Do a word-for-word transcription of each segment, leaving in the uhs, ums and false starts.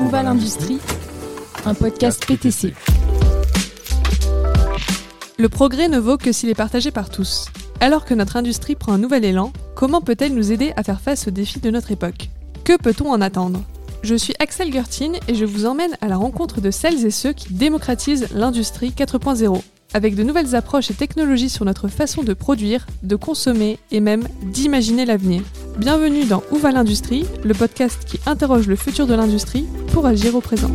Où va l'industrie ? Un podcast P T C. Le progrès ne vaut que s'il est partagé par tous. Alors que notre industrie prend un nouvel élan, comment peut-elle nous aider à faire face aux défis de notre époque ? Que peut-on en attendre ? Je suis Axel Gertin et je vous emmène à la rencontre de celles et ceux qui démocratisent l'industrie quatre point zéro, avec de nouvelles approches et technologies sur notre façon de produire, de consommer et même d'imaginer l'avenir. Bienvenue dans Où va l'industrie, le podcast qui interroge le futur de l'industrie pour agir au présent.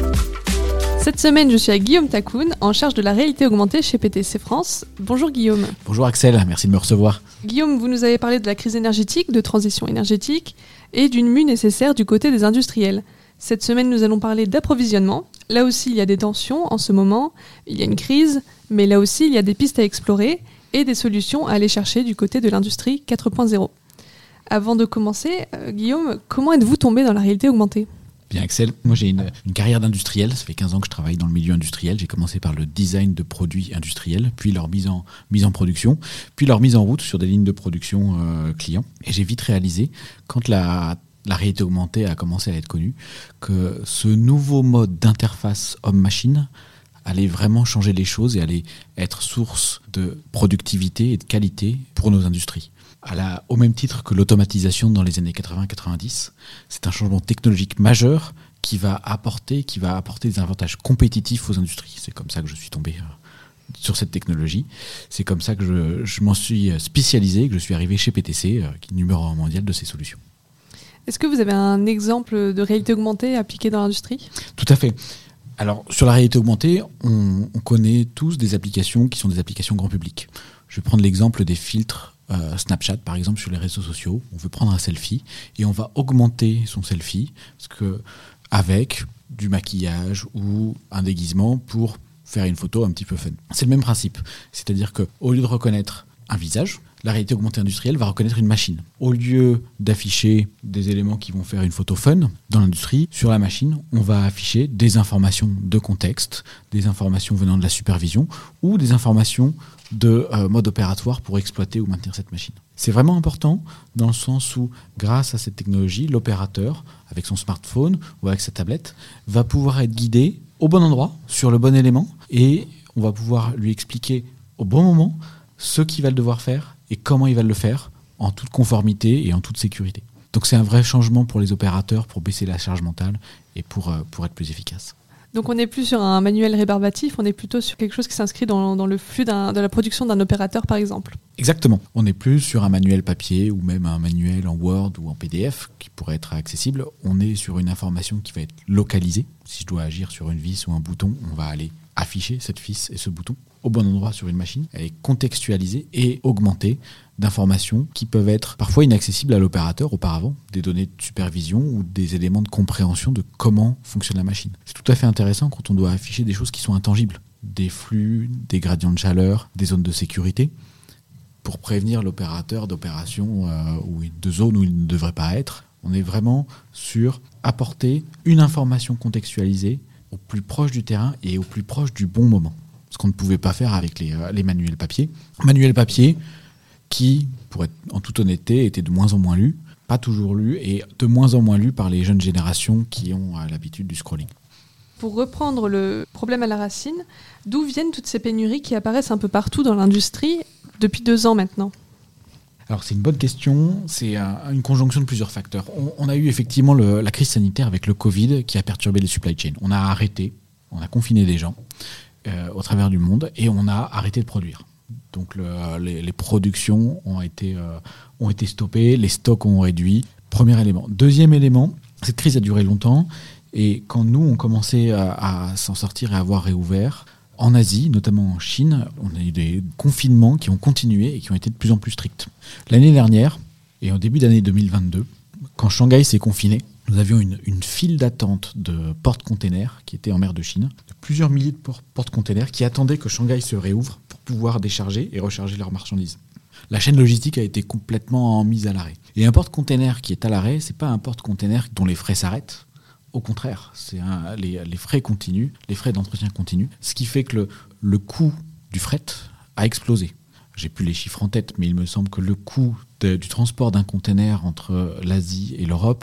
Cette semaine, je suis avec Guillaume Takoun, en charge de la réalité augmentée chez P T C France. Bonjour Guillaume. Bonjour Axel, merci de me recevoir. Guillaume, vous nous avez parlé de la crise énergétique, de transition énergétique et d'une mue nécessaire du côté des industriels. Cette semaine, nous allons parler d'approvisionnement. Là aussi, il y a des tensions en ce moment, il y a une crise, mais là aussi, il y a des pistes à explorer et des solutions à aller chercher du côté de l'industrie quatre point zéro. Avant de commencer, euh, Guillaume, comment êtes-vous tombé dans la réalité augmentée ? Bien Axel, moi j'ai une, une carrière d'industriel, ça fait quinze ans que je travaille dans le milieu industriel. J'ai commencé par le design de produits industriels, puis leur mise en, mise en production, puis leur mise en route sur des lignes de production euh, clients. Et j'ai vite réalisé, quand la, la réalité augmentée a commencé à être connue, que ce nouveau mode d'interface homme-machine allait vraiment changer les choses et allait être source de productivité et de qualité pour nos industries. À la, au même titre que l'automatisation dans les années quatre-vingts quatre-vingt-dix, c'est un changement technologique majeur qui va apporter, qui va apporter des avantages compétitifs aux industries. C'est comme ça que je suis tombé euh, sur cette technologie. C'est comme ça que je, je m'en suis spécialisé, que je suis arrivé chez P T C, euh, qui est numéro un mondial de ces solutions. Est-ce que vous avez un exemple de réalité augmentée appliquée dans l'industrie ? Tout à fait. Alors, sur la réalité augmentée, on, on connaît tous des applications qui sont des applications grand public. Je vais prendre l'exemple des filtres Euh, Snapchat par exemple sur les réseaux sociaux. On veut prendre un selfie et on va augmenter son selfie parce que, avec du maquillage ou un déguisement pour faire une photo un petit peu fun. C'est le même principe, c'est-à-dire qu'au lieu de reconnaître un visage, la réalité augmentée industrielle va reconnaître une machine. Au lieu d'afficher des éléments qui vont faire une photo fun dans l'industrie, sur la machine, on va afficher des informations de contexte, des informations venant de la supervision ou des informations de euh, mode opératoire pour exploiter ou maintenir cette machine. C'est vraiment important dans le sens où, grâce à cette technologie, l'opérateur, avec son smartphone ou avec sa tablette, va pouvoir être guidé au bon endroit, sur le bon élément, et on va pouvoir lui expliquer au bon moment ce qu'il va devoir faire et comment il va le faire en toute conformité et en toute sécurité. Donc c'est un vrai changement pour les opérateurs, pour baisser la charge mentale et pour, euh, pour être plus efficace. Donc on n'est plus sur un manuel rébarbatif, on est plutôt sur quelque chose qui s'inscrit dans, dans le flux d'un, de la production d'un opérateur par exemple. Exactement. On n'est plus sur un manuel papier ou même un manuel en Word ou en P D F qui pourrait être accessible. On est sur une information qui va être localisée. Si je dois agir sur une vis ou un bouton, on va aller afficher cette vis et ce bouton au bon endroit sur une machine. Elle est contextualisée et augmentée d'informations qui peuvent être parfois inaccessibles à l'opérateur auparavant, des données de supervision ou des éléments de compréhension de comment fonctionne la machine. C'est tout à fait intéressant quand on doit afficher des choses qui sont intangibles, des flux, des gradients de chaleur, des zones de sécurité, pour prévenir l'opérateur d'opérations euh, ou de zones où il ne devrait pas être. On est vraiment sur apporter une information contextualisée au plus proche du terrain et au plus proche du bon moment. Ce qu'on ne pouvait pas faire avec les, euh, les manuels papier. Manuels papier qui, pour être en toute honnêteté, étaient de moins en moins lus, pas toujours lus, et de moins en moins lus par les jeunes générations qui ont euh, l'habitude du scrolling. Pour reprendre le problème à la racine, d'où viennent toutes ces pénuries qui apparaissent un peu partout dans l'industrie depuis deux ans maintenant ? Alors c'est une bonne question, c'est un, une conjonction de plusieurs facteurs. On, on a eu effectivement le, la crise sanitaire avec le Covid qui a perturbé les supply chains. On a arrêté, on a confiné des gens euh, au travers du monde et on a arrêté de produire. Donc le, les, les productions ont été, euh, ont été stoppées, les stocks ont réduit. Premier élément. Deuxième élément, cette crise a duré longtemps et quand nous on commençait à, à s'en sortir et à avoir réouvert, en Asie, notamment en Chine, on a eu des confinements qui ont continué et qui ont été de plus en plus stricts. L'année dernière, et au début d'année deux mille vingt-deux, quand Shanghai s'est confiné, nous avions une, une file d'attente de porte-containers qui étaient en mer de Chine, de plusieurs milliers de porte-containers qui attendaient que Shanghai se réouvre pour pouvoir décharger et recharger leurs marchandises. La chaîne logistique a été complètement mise à l'arrêt. Et un porte-container qui est à l'arrêt, c'est pas un porte-container dont les frais s'arrêtent. Au contraire, c'est un, les, les frais continuent, les frais d'entretien continuent, ce qui fait que le, le coût du fret a explosé. J'ai plus les chiffres en tête, mais il me semble que le coût de, du transport d'un container entre l'Asie et l'Europe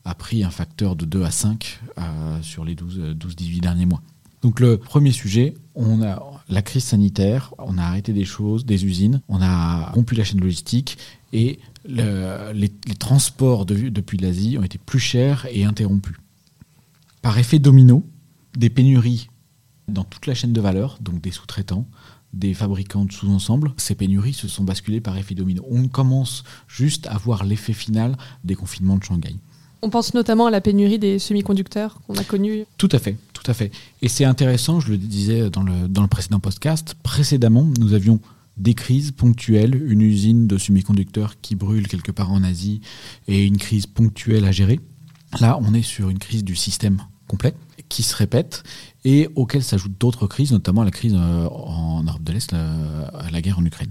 a pris un facteur de deux à cinq euh, sur les douze à dix-huit derniers mois. Donc le premier sujet, on a la crise sanitaire, on a arrêté des choses, des usines, on a rompu la chaîne logistique et le, les, les transports de, depuis l'Asie ont été plus chers et interrompus. Par effet domino, des pénuries dans toute la chaîne de valeur, donc des sous-traitants, des fabricants de sous-ensembles, ces pénuries se sont basculées par effet domino. On commence juste à voir l'effet final des confinements de Shanghai. On pense notamment à la pénurie des semi-conducteurs qu'on a connue. Tout à fait, tout à fait. Et c'est intéressant, je le disais dans le, dans le précédent podcast, précédemment, nous avions des crises ponctuelles, une usine de semi-conducteurs qui brûle quelque part en Asie et une crise ponctuelle à gérer. Là, on est sur une crise du système complet qui se répète et auquel s'ajoutent d'autres crises, notamment la crise en Europe de l'Est, la, la guerre en Ukraine,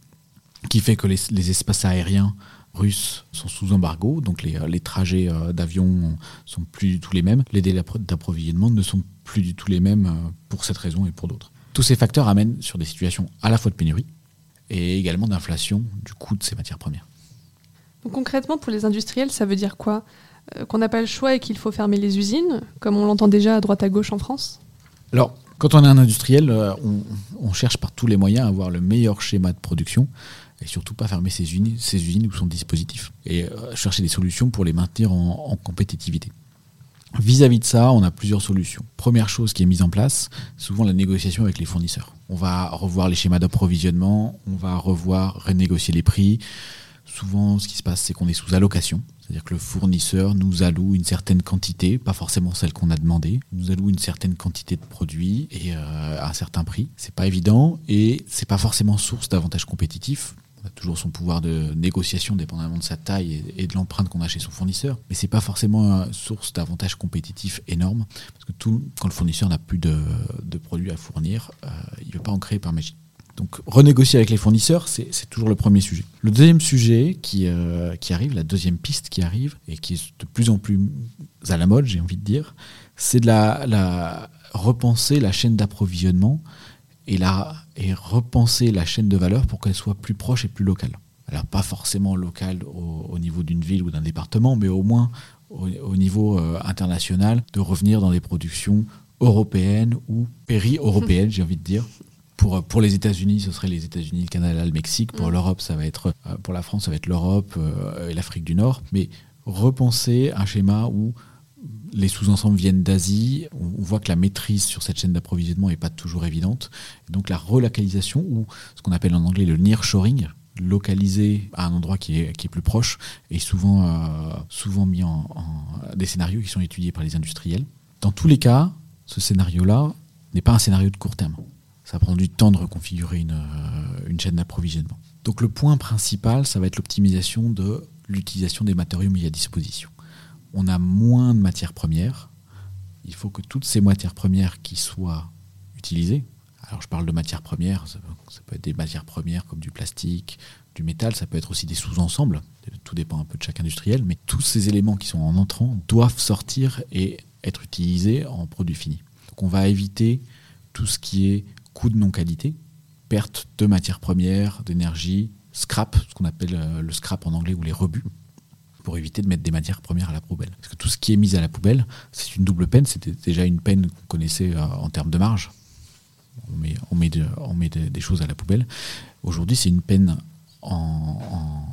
qui fait que les, les espaces aériens russes sont sous embargo, donc les, les trajets d'avion sont plus du tout les mêmes, les délais d'approvisionnement ne sont plus du tout les mêmes pour cette raison et pour d'autres. Tous ces facteurs amènent sur des situations à la fois de pénurie et également d'inflation du coût de ces matières premières. Donc concrètement, pour les industriels, ça veut dire quoi ? euh, Qu'on n'a pas le choix et qu'il faut fermer les usines, comme on l'entend déjà à droite à gauche en France ? Alors, quand on est un industriel, on, on cherche par tous les moyens à avoir le meilleur schéma de production et surtout pas fermer ses usines, ses usines ou son dispositif et euh, chercher des solutions pour les maintenir en, en compétitivité. Vis-à-vis de ça, on a plusieurs solutions. Première chose qui est mise en place, souvent la négociation avec les fournisseurs. On va revoir les schémas d'approvisionnement, on va revoir, renégocier les prix. Souvent, ce qui se passe, c'est qu'on est sous allocation. C'est-à-dire que le fournisseur nous alloue une certaine quantité, pas forcément celle qu'on a demandée, nous alloue une certaine quantité de produits et euh, à un certain prix. C'est pas évident et c'est pas forcément source d'avantages compétitifs. On a toujours son pouvoir de négociation dépendamment de sa taille et de l'empreinte qu'on a chez son fournisseur. Mais c'est pas forcément une source d'avantages compétitifs énormes parce que tout, quand le fournisseur n'a plus de, de produits à fournir, euh, il ne veut pas en créer par magie. Donc renégocier avec les fournisseurs, c'est, c'est toujours le premier sujet. Le deuxième sujet qui, euh, qui arrive, la deuxième piste qui arrive et qui est de plus en plus à la mode, j'ai envie de dire, c'est de la, la repenser la chaîne d'approvisionnement et, la, et repenser la chaîne de valeur pour qu'elle soit plus proche et plus locale. Alors pas forcément locale au, au niveau d'une ville ou d'un département, mais au moins au, au niveau euh, international, de revenir dans des productions européennes ou péri-européennes, j'ai envie de dire. Pour, pour les États-Unis, ce serait les États-Unis, le Canada, le Mexique. Pour mmh. l'Europe, ça va être, pour la France, ça va être l'Europe euh, et l'Afrique du Nord. Mais repenser un schéma où les sous-ensembles viennent d'Asie, on, on voit que la maîtrise sur cette chaîne d'approvisionnement n'est pas toujours évidente. Et donc la relocalisation, ou ce qu'on appelle en anglais le nearshoring, localisé à un endroit qui est, qui est plus proche, est souvent, euh, souvent mis en, en des scénarios qui sont étudiés par les industriels. Dans tous les cas, ce scénario-là n'est pas un scénario de court terme. Ça prend du temps de reconfigurer une, euh, une chaîne d'approvisionnement. Donc le point principal, ça va être l'optimisation de l'utilisation des matériaux mis à disposition. On a moins de matières premières. Il faut que toutes ces matières premières qui soient utilisées, alors je parle de matières premières, ça peut, ça peut être des matières premières comme du plastique, du métal, ça peut être aussi des sous-ensembles, tout dépend un peu de chaque industriel, mais tous ces éléments qui sont en entrant doivent sortir et être utilisés en produits finis. Donc on va éviter tout ce qui est coût de non-qualité, perte de matières premières, d'énergie, scrap, ce qu'on appelle le scrap en anglais ou les rebuts, pour éviter de mettre des matières premières à la poubelle. Parce que tout ce qui est mis à la poubelle, c'est une double peine. C'était déjà une peine qu'on connaissait en termes de marge. On met, on met, de, on met de, des choses à la poubelle. Aujourd'hui, c'est une peine en, en,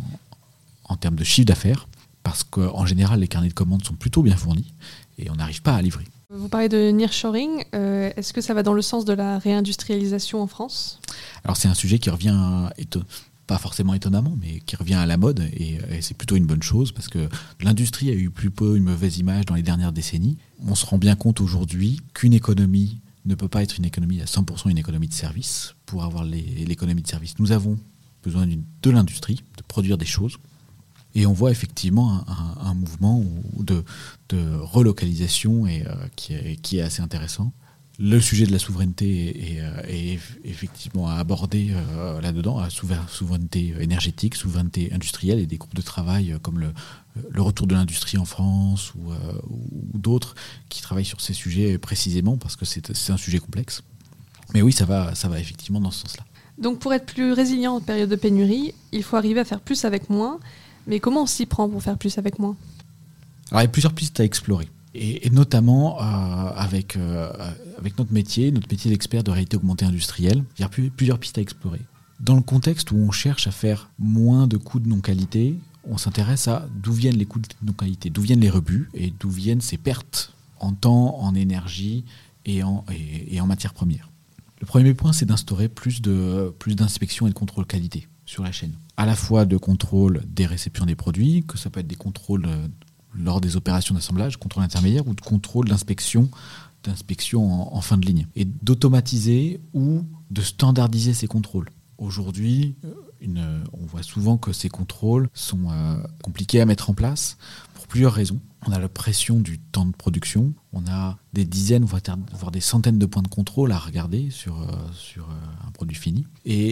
en termes de chiffre d'affaires, parce qu'en général, les carnets de commandes sont plutôt bien fournis et on n'arrive pas à livrer. Vous parlez de nearshoring, euh, est-ce que ça va dans le sens de la réindustrialisation en France ? Alors c'est un sujet qui revient, éton- pas forcément étonnamment, mais qui revient à la mode et, et c'est plutôt une bonne chose parce que l'industrie a eu plutôt une mauvaise image dans les dernières décennies. On se rend bien compte aujourd'hui qu'une économie ne peut pas être une économie à cent pour cent une économie de service. Pour avoir les, l'économie de service, nous avons besoin d'une, de l'industrie, de produire des choses. Et on voit effectivement un, un, un mouvement de, de relocalisation et, euh, qui, est, qui est assez intéressant. Le sujet de la souveraineté est, est, est effectivement à aborder euh, là-dedans, la souveraineté énergétique, souveraineté industrielle et des groupes de travail comme le, le retour de l'industrie en France ou, euh, ou d'autres qui travaillent sur ces sujets précisément parce que c'est, c'est un sujet complexe. Mais oui, ça va, ça va effectivement dans ce sens-là. Donc pour être plus résilient en période de pénurie, il faut arriver à faire plus avec moins. Mais comment on s'y prend pour faire plus avec moins ? Alors il y a plusieurs pistes à explorer. Et, et notamment euh, avec, euh, avec notre métier, notre métier d'expert de réalité augmentée industrielle, il y a plus, plusieurs pistes à explorer. Dans le contexte où on cherche à faire moins de coûts de non-qualité, on s'intéresse à d'où viennent les coûts de non-qualité, d'où viennent les rebuts et d'où viennent ces pertes en temps, en énergie et en, et, et en matières premières. Le premier point, c'est d'instaurer plus, de, plus d'inspection et de contrôle qualité sur la chaîne. À la fois de contrôle des réceptions des produits, que ça peut être des contrôles lors des opérations d'assemblage, contrôle intermédiaire, ou de contrôle d'inspection, d'inspection en, en fin de ligne. Et d'automatiser ou de standardiser ces contrôles. Aujourd'hui, une, on voit souvent que ces contrôles sont euh, compliqués à mettre en place pour plusieurs raisons. On a la pression du temps de production, on a des dizaines, voire des centaines de points de contrôle à regarder sur, euh, sur euh, un produit fini.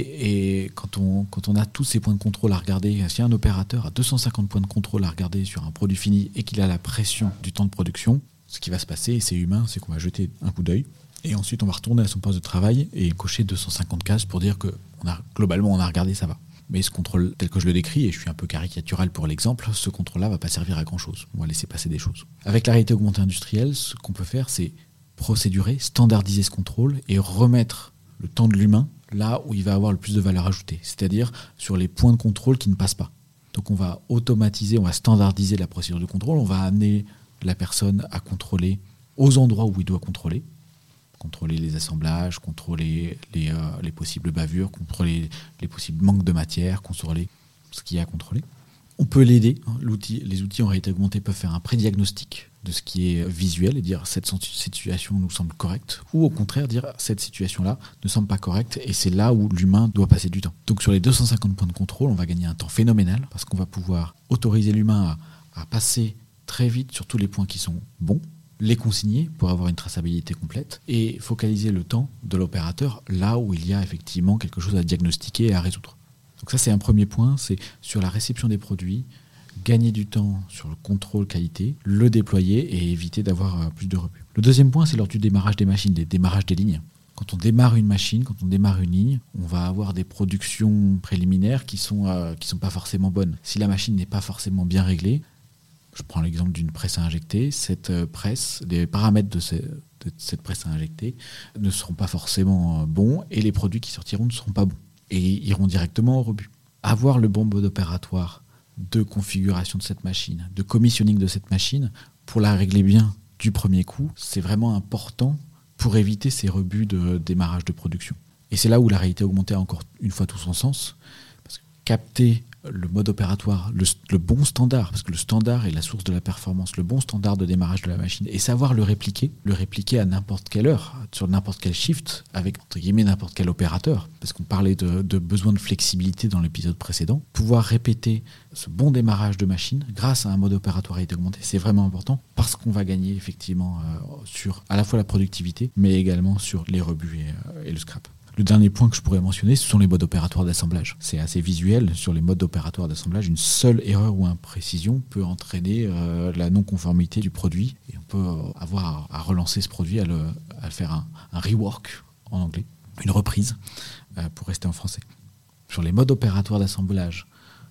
Et, et quand, on, quand on a tous ces points de contrôle à regarder, si un opérateur a deux cent cinquante points de contrôle à regarder sur un produit fini et qu'il a la pression du temps de production, ce qui va se passer, et c'est humain, c'est qu'on va jeter un coup d'œil. Et ensuite, on va retourner à son poste de travail et cocher deux cent cinquante cases pour dire que on a, globalement, on a regardé, ça va. Mais ce contrôle, tel que je le décris, et je suis un peu caricatural pour l'exemple, ce contrôle-là ne va pas servir à grand-chose. On va laisser passer des choses. Avec la réalité augmentée industrielle, ce qu'on peut faire, c'est procédurer, standardiser ce contrôle et remettre le temps de l'humain là où il va avoir le plus de valeur ajoutée, c'est-à-dire sur les points de contrôle qui ne passent pas. Donc on va automatiser, on va standardiser la procédure de contrôle, on va amener la personne à contrôler aux endroits où il doit contrôler, contrôler les assemblages, contrôler les, euh, les possibles bavures, contrôler les possibles manques de matière, contrôler ce qu'il y a à contrôler. On peut l'aider. Hein, l'outil, les outils en réalité augmentée peuvent faire un pré-diagnostic de ce qui est visuel et dire cette situation nous semble correcte, ou au contraire dire cette situation-là ne semble pas correcte et c'est là où l'humain doit passer du temps. Donc sur les deux cent cinquante points de contrôle, on va gagner un temps phénoménal parce qu'on va pouvoir autoriser l'humain à, à passer très vite sur tous les points qui sont bons, les consigner pour avoir une traçabilité complète et focaliser le temps de l'opérateur là où il y a effectivement quelque chose à diagnostiquer et à résoudre. Donc ça, c'est un premier point, c'est sur la réception des produits, gagner du temps sur le contrôle qualité, le déployer et éviter d'avoir plus de rebuts. Le deuxième point, c'est lors du démarrage des machines, des démarrages des lignes. Quand on démarre une machine, quand on démarre une ligne, on va avoir des productions préliminaires qui sont, euh, qui sont pas forcément bonnes. Si la machine n'est pas forcément bien réglée, je prends l'exemple d'une presse à injecter, cette presse, les paramètres de, ce, de cette presse à injecter ne seront pas forcément bons et les produits qui sortiront ne seront pas bons et iront directement au rebut. Avoir le bon mode opératoire de configuration de cette machine, de commissioning de cette machine, pour la régler bien du premier coup, c'est vraiment important pour éviter ces rebuts de démarrage de production. Et c'est là où la réalité augmentée a encore une fois tout son sens, parce que capter le mode opératoire, le, le bon standard, parce que le standard est la source de la performance, le bon standard de démarrage de la machine, et savoir le répliquer, le répliquer à n'importe quelle heure, sur n'importe quel shift, avec entre guillemets n'importe quel opérateur, parce qu'on parlait de, de besoin de flexibilité dans l'épisode précédent, pouvoir répéter ce bon démarrage de machine grâce à un mode opératoire réalité augmentée, c'est vraiment important, parce qu'on va gagner effectivement euh, sur à la fois la productivité, mais également sur les rebuts et, euh, et le scrap. Le dernier point que je pourrais mentionner, ce sont les modes opératoires d'assemblage. C'est assez visuel. Sur les modes opératoires d'assemblage, une seule erreur ou imprécision peut entraîner euh, la non-conformité du produit. Et on peut avoir à relancer ce produit, à, le, à faire un, un rework en anglais, une reprise, euh, pour rester en français. Sur les modes opératoires d'assemblage,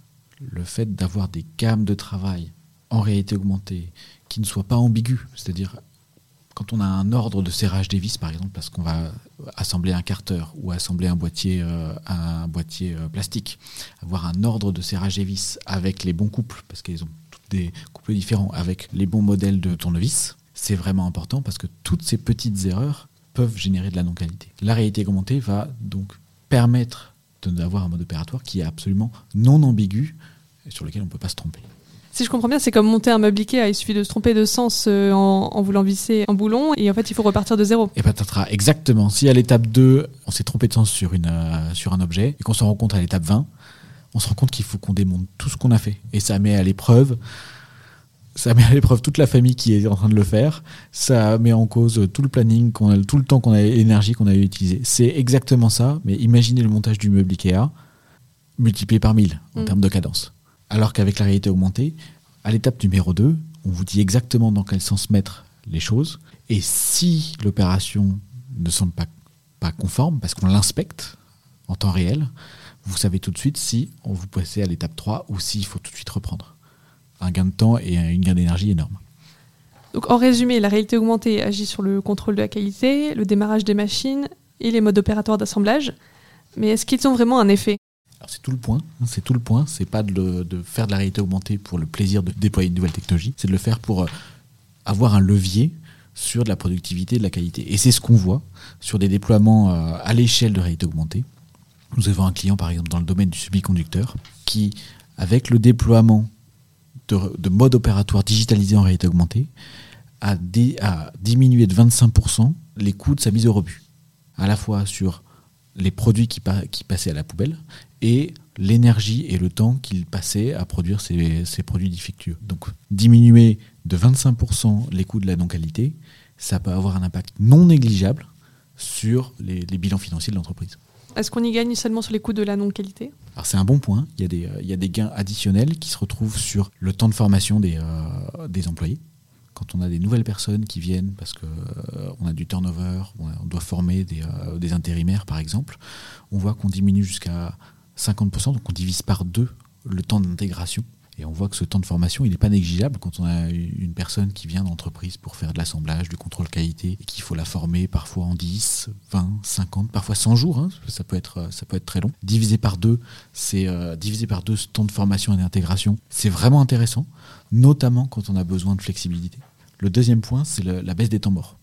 le fait d'avoir des gammes de travail en réalité augmentée qui ne soient pas ambiguës, c'est-à-dire quand on a un ordre de serrage des vis, par exemple, parce qu'on va assembler un carter ou assembler un boîtier, euh, un boîtier euh, plastique, avoir un ordre de serrage des vis avec les bons couples, parce qu'ils ont tous des couples différents, avec les bons modèles de tournevis, c'est vraiment important parce que toutes ces petites erreurs peuvent générer de la non-qualité. La réalité augmentée va donc permettre d'avoir un mode opératoire qui est absolument non ambigu et sur lequel on ne peut pas se tromper. Si je comprends bien, c'est comme monter un meuble Ikea. Il suffit de se tromper de sens euh, en, en voulant visser un boulon et en fait, il faut repartir de zéro. Et patatras, exactement. Si à l'étape deux, on s'est trompé de sens sur, une, euh, sur un objet et qu'on se rend compte à l'étape vingt, on se rend compte qu'il faut qu'on démonte tout ce qu'on a fait. Et ça met à l'épreuve, ça met à l'épreuve toute la famille qui est en train de le faire. Ça met en cause tout le planning, qu'on a, tout le temps qu'on a, l'énergie qu'on a utilisé. C'est exactement ça. Mais imaginez le montage du meuble Ikea multiplié par mille en mmh. termes de cadence. Alors qu'avec la réalité augmentée, à l'étape numéro deux, on vous dit exactement dans quel sens mettre les choses. Et si l'opération ne semble pas, pas conforme, parce qu'on l'inspecte en temps réel, vous savez tout de suite si on vous passez à l'étape trois ou s'il faut tout de suite reprendre. un gain de temps et une gain d'énergie énorme. Donc en résumé, la réalité augmentée agit sur le contrôle de la qualité, le démarrage des machines et les modes opératoires d'assemblage. Mais est-ce qu'ils ont vraiment un effet ? Alors c'est tout le point, c'est tout le point, c'est pas de, le, de faire de la réalité augmentée pour le plaisir de déployer une nouvelle technologie, c'est de le faire pour avoir un levier sur de la productivité et de la qualité. Et c'est ce qu'on voit sur des déploiements à l'échelle de réalité augmentée. Nous avons un client par exemple dans le domaine du semi-conducteur qui, avec le déploiement de, de mode opératoire digitalisé en réalité augmentée, a, dé, a diminué de vingt-cinq pour cent les coûts de sa mise au rebut, à la fois sur les produits qui, qui passaient à la poubelle et l'énergie et le temps qu'il passait à produire ces, ces produits défectueux. Donc diminuer de vingt-cinq pour cent les coûts de la non-qualité, ça peut avoir un impact non négligeable sur les, les bilans financiers de l'entreprise. Est-ce qu'on y gagne seulement sur les coûts de la non-qualité ? Alors c'est un bon point, il y a des, euh, il y a des gains additionnels qui se retrouvent sur le temps de formation des, euh, des employés. Quand on a des nouvelles personnes qui viennent parce qu'on euh, a du turnover, on doit former des, euh, des intérimaires par exemple, on voit qu'on diminue jusqu'à cinquante pour cent, donc on divise par deux le temps d'intégration. Et on voit que ce temps de formation, il n'est pas négligeable quand on a une personne qui vient d'entreprise pour faire de l'assemblage, du contrôle qualité, et qu'il faut la former parfois en dix, vingt, cinquante, parfois cent jours, hein, ça peut être, ça peut être très long. Divisé par deux, c'est euh, divisé par deux ce temps de formation et d'intégration, c'est vraiment intéressant, notamment quand on a besoin de flexibilité. Le deuxième point, c'est le, la baisse des temps morts.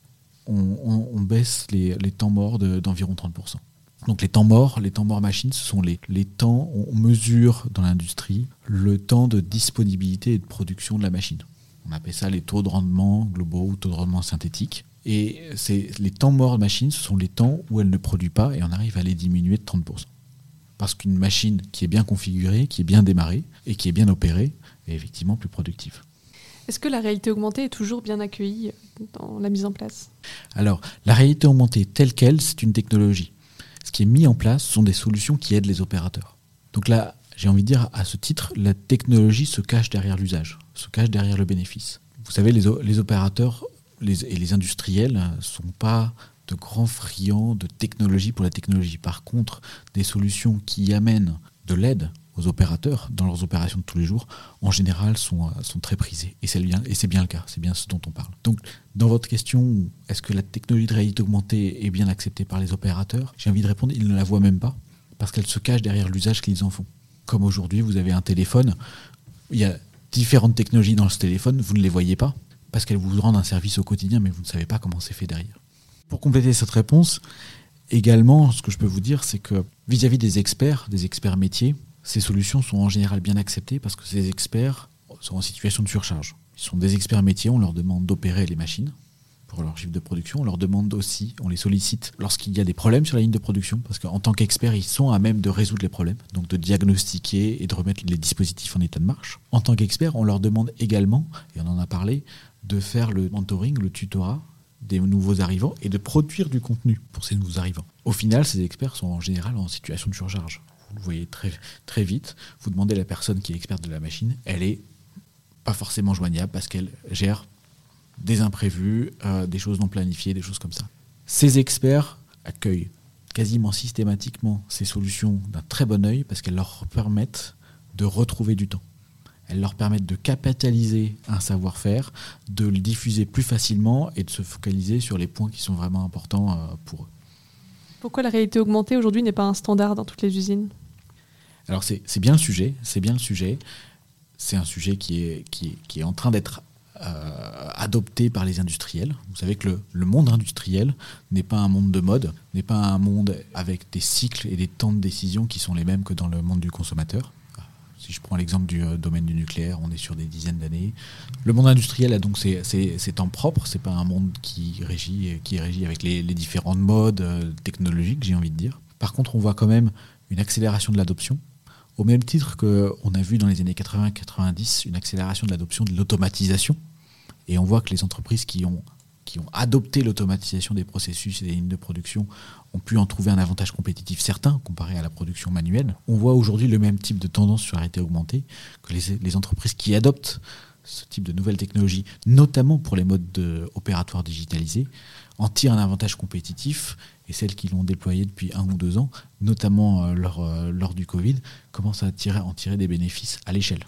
On, on, on baisse les, les temps morts de, d'environ trente pour cent. Donc les temps morts, les temps morts machines, ce sont les, les temps, on mesure dans l'industrie le temps de disponibilité et de production de la machine. On appelle ça les taux de rendement globaux ou taux de rendement synthétiques. Et c'est, les temps morts de machine, ce sont les temps où elle ne produit pas et on arrive à les diminuer de trente pour cent. Parce qu'une machine qui est bien configurée, qui est bien démarrée et qui est bien opérée est effectivement plus productive. Est-ce que la réalité augmentée est toujours bien accueillie dans la mise en place ? Alors, la réalité augmentée telle qu'elle, c'est une technologie. Ce qui est mis en place sont des solutions qui aident les opérateurs. Donc là, j'ai envie de dire, à ce titre, la technologie se cache derrière l'usage, se cache derrière le bénéfice. Vous savez, les, les opérateurs les, et les industriels ne sont pas de grands friands de technologie pour la technologie. Par contre, des solutions qui amènent de l'aide aux opérateurs dans leurs opérations de tous les jours, en général, sont, sont très prisées. Et c'est, bien, et c'est bien le cas, c'est bien ce dont on parle. Donc, dans votre question, est-ce que la technologie de réalité augmentée est bien acceptée par les opérateurs ? J'ai envie de répondre, ils ne la voient même pas, parce qu'elle se cache derrière l'usage qu'ils en font. Comme aujourd'hui, vous avez un téléphone, il y a différentes technologies dans ce téléphone, vous ne les voyez pas, parce qu'elles vous rendent un service au quotidien, mais vous ne savez pas comment c'est fait derrière. Pour compléter cette réponse, également, ce que je peux vous dire, c'est que vis-à-vis des experts, des experts métiers, ces solutions sont en général bien acceptées parce que ces experts sont en situation de surcharge. Ils sont des experts métiers, on leur demande d'opérer les machines pour leur chiffre de production. On leur demande aussi, on les sollicite lorsqu'il y a des problèmes sur la ligne de production parce qu'en tant qu'experts, ils sont à même de résoudre les problèmes, donc de diagnostiquer et de remettre les dispositifs en état de marche. En tant qu'experts, on leur demande également, et on en a parlé, de faire le mentoring, le tutorat des nouveaux arrivants et de produire du contenu pour ces nouveaux arrivants. Au final, ces experts sont en général en situation de surcharge. Vous le voyez très, très vite, vous demandez à la personne qui est experte de la machine, elle n'est pas forcément joignable parce qu'elle gère des imprévus, euh, des choses non planifiées, des choses comme ça. Ces experts accueillent quasiment systématiquement ces solutions d'un très bon œil parce qu'elles leur permettent de retrouver du temps. Elles leur permettent de capitaliser un savoir-faire, de le diffuser plus facilement et de se focaliser sur les points qui sont vraiment importants euh, pour eux. Pourquoi la réalité augmentée aujourd'hui n'est pas un standard dans toutes les usines ? Alors c'est, c'est bien le sujet, c'est bien le sujet. C'est un sujet qui est, qui est, qui est en train d'être euh, adopté par les industriels. Vous savez que le, le monde industriel n'est pas un monde de mode, n'est pas un monde avec des cycles et des temps de décision qui sont les mêmes que dans le monde du consommateur. Si je prends l'exemple du euh, domaine du nucléaire, on est sur des dizaines d'années. Le monde industriel a donc ses, ses, ses temps propres. C'est pas un monde qui régit, qui est régi avec les, les différentes modes euh, technologiques, j'ai envie de dire. Par contre, on voit quand même une accélération de l'adoption. Au même titre qu'on a vu dans les années quatre-vingts quatre-vingt-dix une accélération de l'adoption de l'automatisation. Et on voit que les entreprises qui ont, qui ont adopté l'automatisation des processus et des lignes de production ont pu en trouver un avantage compétitif certain comparé à la production manuelle. On voit aujourd'hui le même type de tendance sur la réalité augmentée, que les, les entreprises qui adoptent ce type de nouvelles technologies, notamment pour les modes de, opératoires digitalisés, en tirent un avantage compétitif, et celles qui l'ont déployé depuis un ou deux ans, notamment euh, lors, euh, lors du Covid, commencent à tirer, en tirer des bénéfices à l'échelle.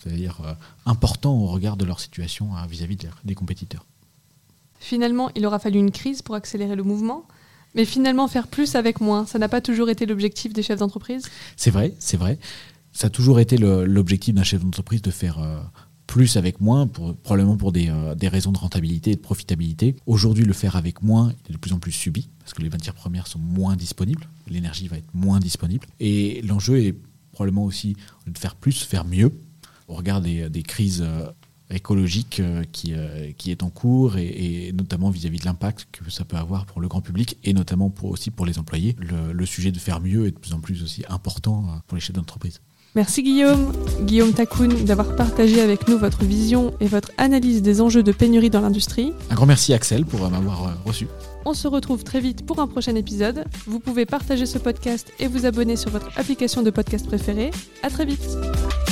c'est-à-dire euh, important au regard de leur situation euh, vis-à-vis de, des compétiteurs. Finalement, il aura fallu une crise pour accélérer le mouvement, mais finalement faire plus avec moins, ça n'a pas toujours été l'objectif des chefs d'entreprise ? C'est vrai, c'est vrai. Ça a toujours été le, l'objectif d'un chef d'entreprise de faire euh, plus avec moins, pour, probablement pour des, euh, des raisons de rentabilité et de profitabilité. Aujourd'hui, le faire avec moins est de plus en plus subi, parce que les matières premières sont moins disponibles, l'énergie va être moins disponible. Et l'enjeu est probablement aussi de faire plus, faire mieux, au regard des, des crises euh, écologiques euh, qui, euh, qui est en cours, et, et notamment vis-à-vis de l'impact que ça peut avoir pour le grand public, et notamment pour, aussi pour les employés. Le, le sujet de faire mieux est de plus en plus aussi important euh, pour les chefs d'entreprise. Merci Guillaume, Guillaume Takoun, d'avoir partagé avec nous votre vision et votre analyse des enjeux de pénurie dans l'industrie. Un grand merci Axel pour m'avoir reçu. On se retrouve très vite pour un prochain épisode. Vous pouvez partager ce podcast et vous abonner sur votre application de podcast préférée. À très vite.